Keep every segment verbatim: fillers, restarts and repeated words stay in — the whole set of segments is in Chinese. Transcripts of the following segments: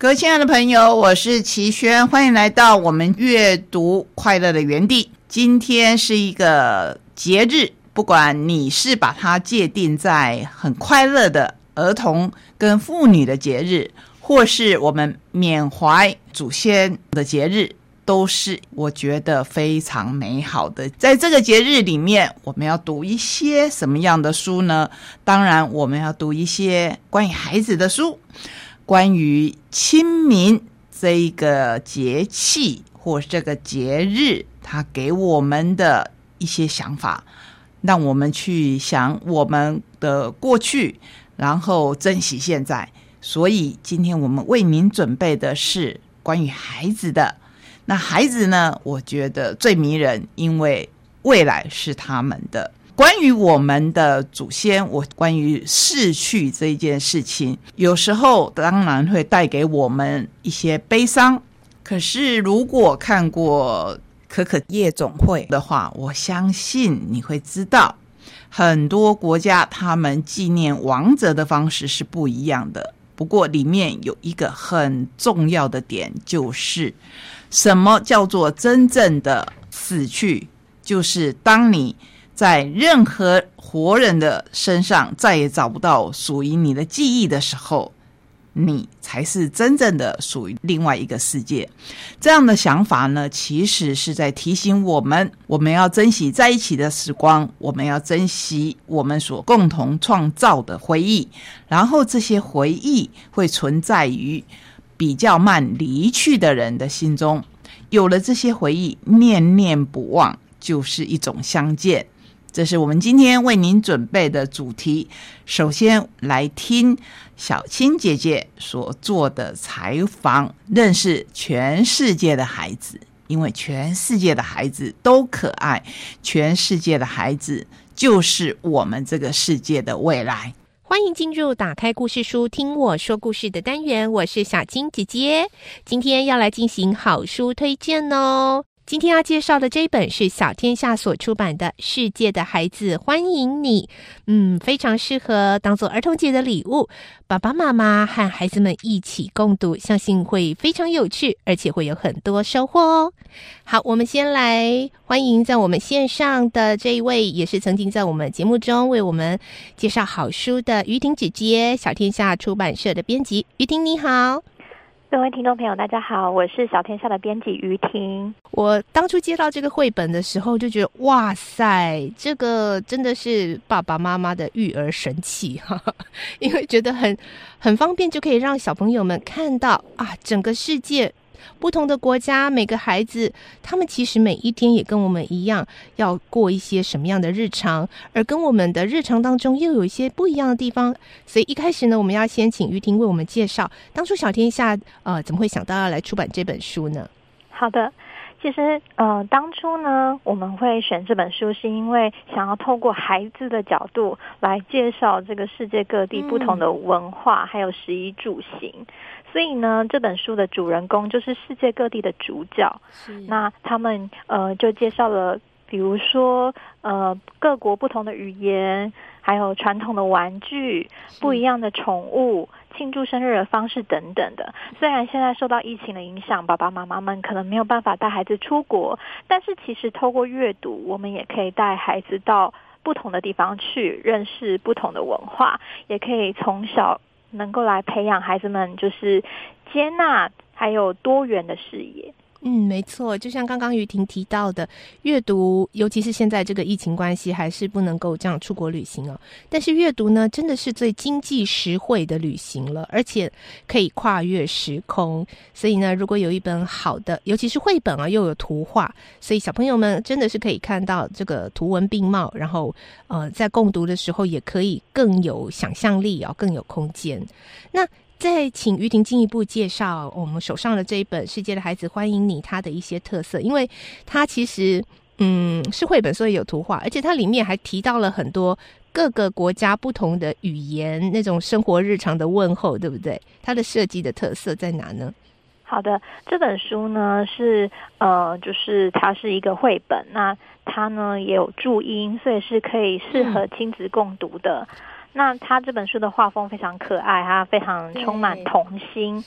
各位亲爱的朋友，我是齐轩，欢迎来到我们阅读快乐的园地。今天是一个节日，不管你是把它界定在很快乐的儿童跟妇女的节日，或是我们缅怀祖先的节日，都是我觉得非常美好的。在这个节日里面，我们要读一些什么样的书呢？当然我们要读一些关于孩子的书，关于清明这一个节气或这个节日，它给我们的一些想法，让我们去想我们的过去，然后珍惜现在。所以今天我们为您准备的是关于孩子的。那孩子呢，我觉得最迷人，因为未来是他们的。关于我们的祖先，我关于逝去这一件事情，有时候当然会带给我们一些悲伤。可是如果看过可可夜总会的话，我相信你会知道，很多国家他们纪念亡者的方式是不一样的。不过里面有一个很重要的点，就是什么叫做真正的死去，就是当你在任何活人的身上再也找不到属于你的记忆的时候，你才是真正的属于另外一个世界。这样的想法呢，其实是在提醒我们，我们要珍惜在一起的时光，我们要珍惜我们所共同创造的回忆，然后这些回忆会存在于比较慢离去的人的心中。有了这些回忆，念念不忘就是一种相见。这是我们今天为您准备的主题。首先来听小青姐姐所做的采访，认识全世界的孩子，因为全世界的孩子都可爱，全世界的孩子就是我们这个世界的未来。 欢迎进入打开故事书听我说故事的单元，我是小青姐姐。今天要来进行好书推荐哦。今天要介绍的这一本是小天下所出版的《世界的孩子欢迎你》，嗯，非常适合当做儿童节的礼物，爸爸妈妈和孩子们一起共读，相信会非常有趣，而且会有很多收获哦。好，我们先来欢迎在我们线上的这一位，也是曾经在我们节目中为我们介绍好书的于婷姐姐，小天下出版社的编辑。于婷你好。 各位听众朋友大家好，我是小天下的编辑于婷。 我当初接到这个绘本的时候就觉得，哇塞，这个真的是爸爸妈妈的育儿神器哈哈，因为觉得很很方便，就可以让小朋友们看到啊，整个世界不同的国家，每个孩子他们其实每一天也跟我们一样要过一些什么样的日常，而跟我们的日常当中又有一些不一样的地方。所以一开始呢，我们要先请于婷为我们介绍当初小天下呃怎么会想到要来出版这本书呢？ 好的，其实呃当初呢我们会选这本书是因为想要透过孩子的角度来介绍这个世界各地不同的文化、嗯、还有食衣住行。所以呢，这本书的主人公就是世界各地的主角。那他们呃就介绍了，比如说呃各国不同的语言，还有传统的玩具、不一样的宠物、庆祝生日的方式等等的。虽然现在受到疫情的影响，爸爸妈妈们可能没有办法带孩子出国，但是其实透过阅读，我们也可以带孩子到不同的地方去认识不同的文化，也可以从小能够来培养孩子们就是接纳还有多元的视野。 嗯，没错，就像刚刚于婷提到的，阅读尤其是现在这个疫情关系还是不能够这样出国旅行哦，但是阅读呢真的是最经济实惠的旅行了，而且可以跨越时空。所以呢，如果有一本好的，尤其是绘本啊，又有图画，所以小朋友们真的是可以看到这个图文并茂，然后呃在共读的时候也可以更有想象力啊，更有空间。那再请于婷进一步介绍我们手上的这一本《世界的孩子欢迎你》它的一些特色，因为它其实嗯是绘本，所以有图画，而且它里面还提到了很多各个国家不同的语言，那种生活日常的问候，对不对？它的设计的特色在哪呢？ 好的，这本书呢是呃，就是它是一个绘本，那它呢也有注音，所以是可以适合亲子共读的。嗯，那他这本书的画风非常可爱，它非常充满童心，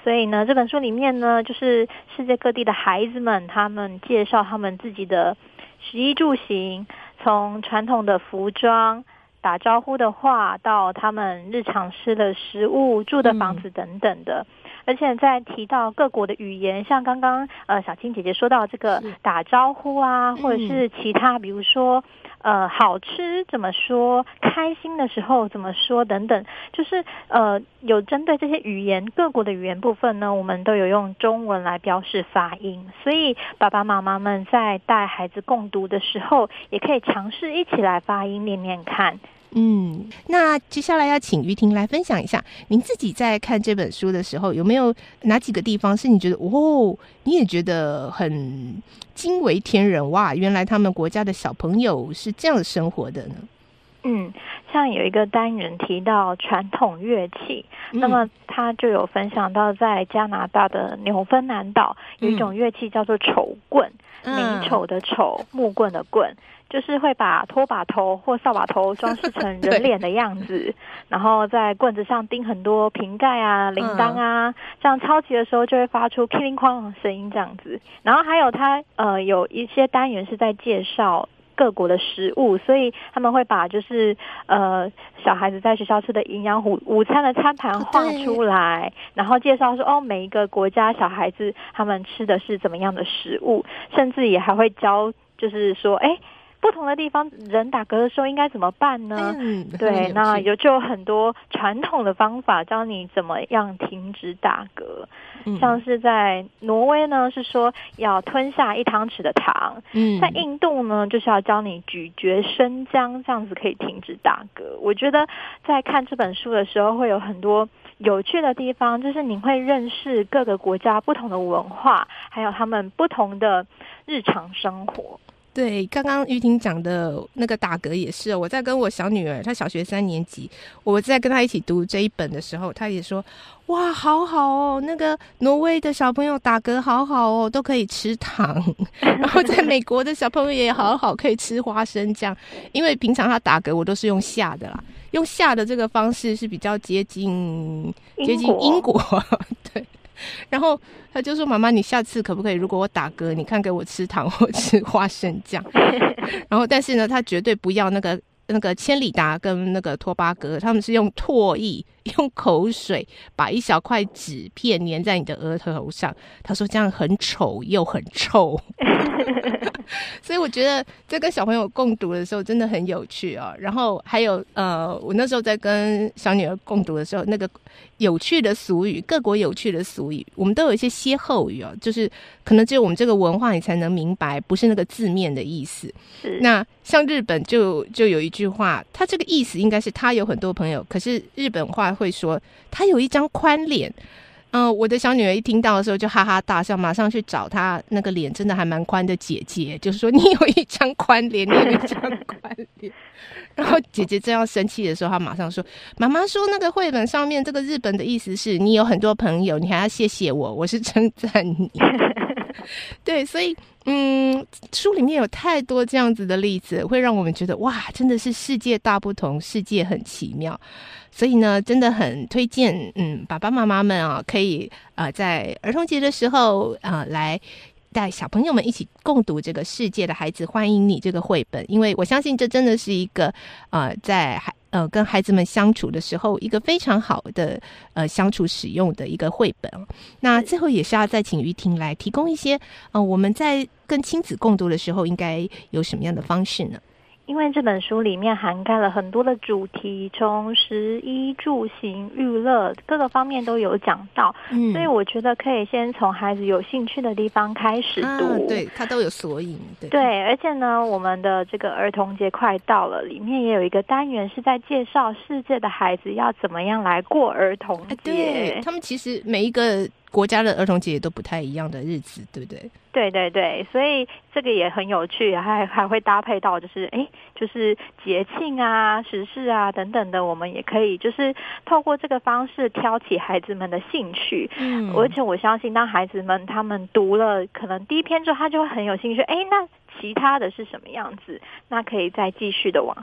所以呢，这本书里面呢，就是世界各地的孩子们，他们介绍他们自己的食衣住行，从传统的服装、打招呼的话，到他们日常吃的食物、住的房子等等的。嗯，而且在提到各国的语言，像刚刚呃小青姐姐说到这个打招呼啊，或者是其他，比如说呃好吃怎么说，开心的时候怎么说等等，就是呃有针对这些语言各国的语言部分呢，我们都有用中文来标示发音，所以爸爸妈妈们在带孩子共读的时候，也可以尝试一起来发音念念看。 嗯，那接下来要请于婷来分享一下，您自己在看这本书的时候，有没有哪几个地方是你觉得哦，你也觉得很惊为天人，哇，原来他们国家的小朋友是这样生活的呢？ 嗯，像有一个单元提到传统乐器，嗯、那么他就有分享到在加拿大的纽芬兰岛有一种乐器叫做丑棍，美、嗯、丑的丑，木棍的棍，就是会把拖把头或扫把头装饰成人脸的样子，然后在棍子上钉很多瓶盖啊、铃铛啊，嗯、这样敲击的时候就会发出叮铃哐啷的声音这样子。然后还有他呃有一些单元是在介绍各国的食物，所以他们会把就是呃小孩子在学校吃的营养午午餐的餐盘画出来，然后介绍说哦每一个国家小孩子他们吃的是怎么样的食物，甚至也还会教就是说哎。不同的地方人打嗝的时候应该怎么办呢？嗯，对，那有就有很多传统的方法教你怎么样停止打嗝。嗯，像是在挪威呢，是说要吞下一汤匙的糖。嗯，在印度呢，就是要教你咀嚼生姜，这样子可以停止打嗝。我觉得在看这本书的时候，会有很多有趣的地方，就是你会认识各个国家不同的文化，还有他们不同的日常生活。 对，刚刚于婷讲的那个打嗝也是，我在跟我小女儿，她小学三年级，我在跟她一起读这一本的时候，她也说哇好好哦，那个挪威的小朋友打嗝好好哦，都可以吃糖然后在美国的小朋友也好好，可以吃花生酱，因为平常他打嗝我都是用下的啦，用下的这个方式是比较接近接近英国对，然后他就说妈妈你下次可不可以如果我打嗝你看给我吃糖或吃花生酱然后但是呢他绝对不要那个那个千里达跟那个托巴哥他们是用唾液用口水把一小块纸片粘在你的额头上，他说这样很丑又很臭所以我觉得在跟小朋友共读的时候真的很有趣哦。然后还有呃，我那时候在跟小女儿共读的时候，那个有趣的俗语，各国有趣的俗语，我们都有一些歇后语哦，就是可能只有我们这个文化你才能明白，不是那个字面的意思。那像日本就就有一句话，它这个意思应该是他有很多朋友，可是日本话会说他有一张宽脸。嗯、呃，我的小女儿一听到的时候就哈哈大笑，马上去找她那个脸真的还蛮宽的姐姐，就是说你有一张宽脸，你有一张宽脸。然后姐姐正要生气的时候，她马上说：“妈妈说那个绘本上面这个日本的意思是你有很多朋友，你还要谢谢我，我是称赞你。”对，所以嗯，书里面有太多这样子的例子，会让我们觉得哇，真的是世界大不同，世界很奇妙。所以呢，真的很推荐，嗯，爸爸妈妈们啊，可以呃在儿童节的时候啊、呃，来带小朋友们一起共读这个《世界的孩子欢迎你》这个绘本，因为我相信这真的是一个呃在孩呃跟孩子们相处的时候一个非常好的呃相处使用的一个绘本。那最后也是要再请于婷来提供一些呃我们在跟亲子共读的时候应该有什么样的方式呢？ 因为这本书里面涵盖了很多的主题，从食衣住行娱乐各个方面都有讲到、嗯、所以我觉得可以先从孩子有兴趣的地方开始读、啊、 对，它都有索引。 对, 对，而且呢我们的这个儿童节快到了，里面也有一个单元是在介绍世界的孩子要怎么样来过儿童节、啊、 对，他们其实每一个国家的儿童节也都不太一样的日子，对不对？ 对对对，所以这个也很有趣，还还会搭配到就是哎，就是节庆啊、时事啊等等的，我们也可以就是透过这个方式挑起孩子们的兴趣。嗯，而且我相信，当孩子们他们读了可能第一篇之后，他就会很有兴趣。哎，那其他的是什么样子？那可以再继续的往下。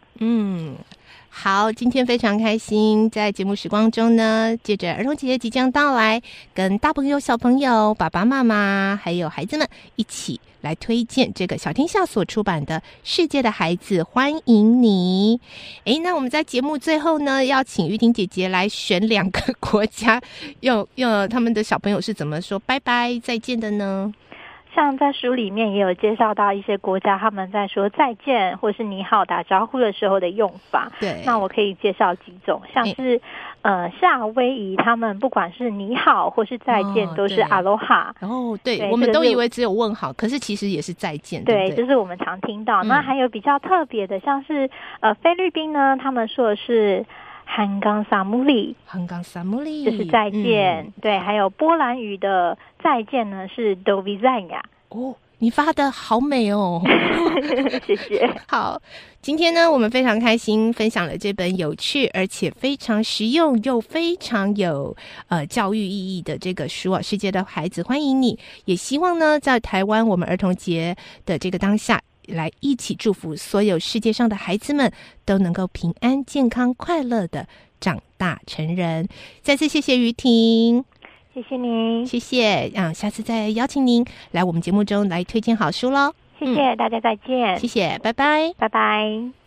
嗯。好，今天非常开心，在节目时光中呢，借着儿童节即将到来，跟大朋友、小朋友、爸爸妈妈还有孩子们一起来推荐这个小天下所出版的《世界的孩子欢迎你》。诶，那我们在节目最后呢，要请玉婷姐姐来选两个国家，用用他们的小朋友是怎么说拜拜再见的呢？ 像在书里面也有介绍到一些国家他们在说再见或是你好打招呼的时候的用法。 对， 那我可以介绍几种，像是、嗯、呃夏威夷他们不管是你好或是再见、哦、都是阿罗哈。 哦，对，对我们都以为只有问好，可是其实也是再见。 对， 对对， 就是我们常听到、嗯、那还有比较特别的，像是呃菲律宾呢，他们说的是汉港萨姆里， 汉港萨姆里就是再见、嗯、对，还有波兰语的再见呢是 do widzenia。 哦，你发的好美哦谢谢。 好，今天呢我们非常开心分享了这本有趣而且非常实用又非常有呃教育意义的这个书啊，世界的孩子欢迎你。也希望呢在台湾我们儿童节的这个当下，来一起祝福所有世界上的孩子们都能够平安健康快乐的长大成人。再次谢谢于婷， 谢谢您， 谢谢，嗯，下次再邀请您来我们节目中来推荐好书咯。 谢谢、嗯、大家再见。 谢谢，拜拜， 拜拜。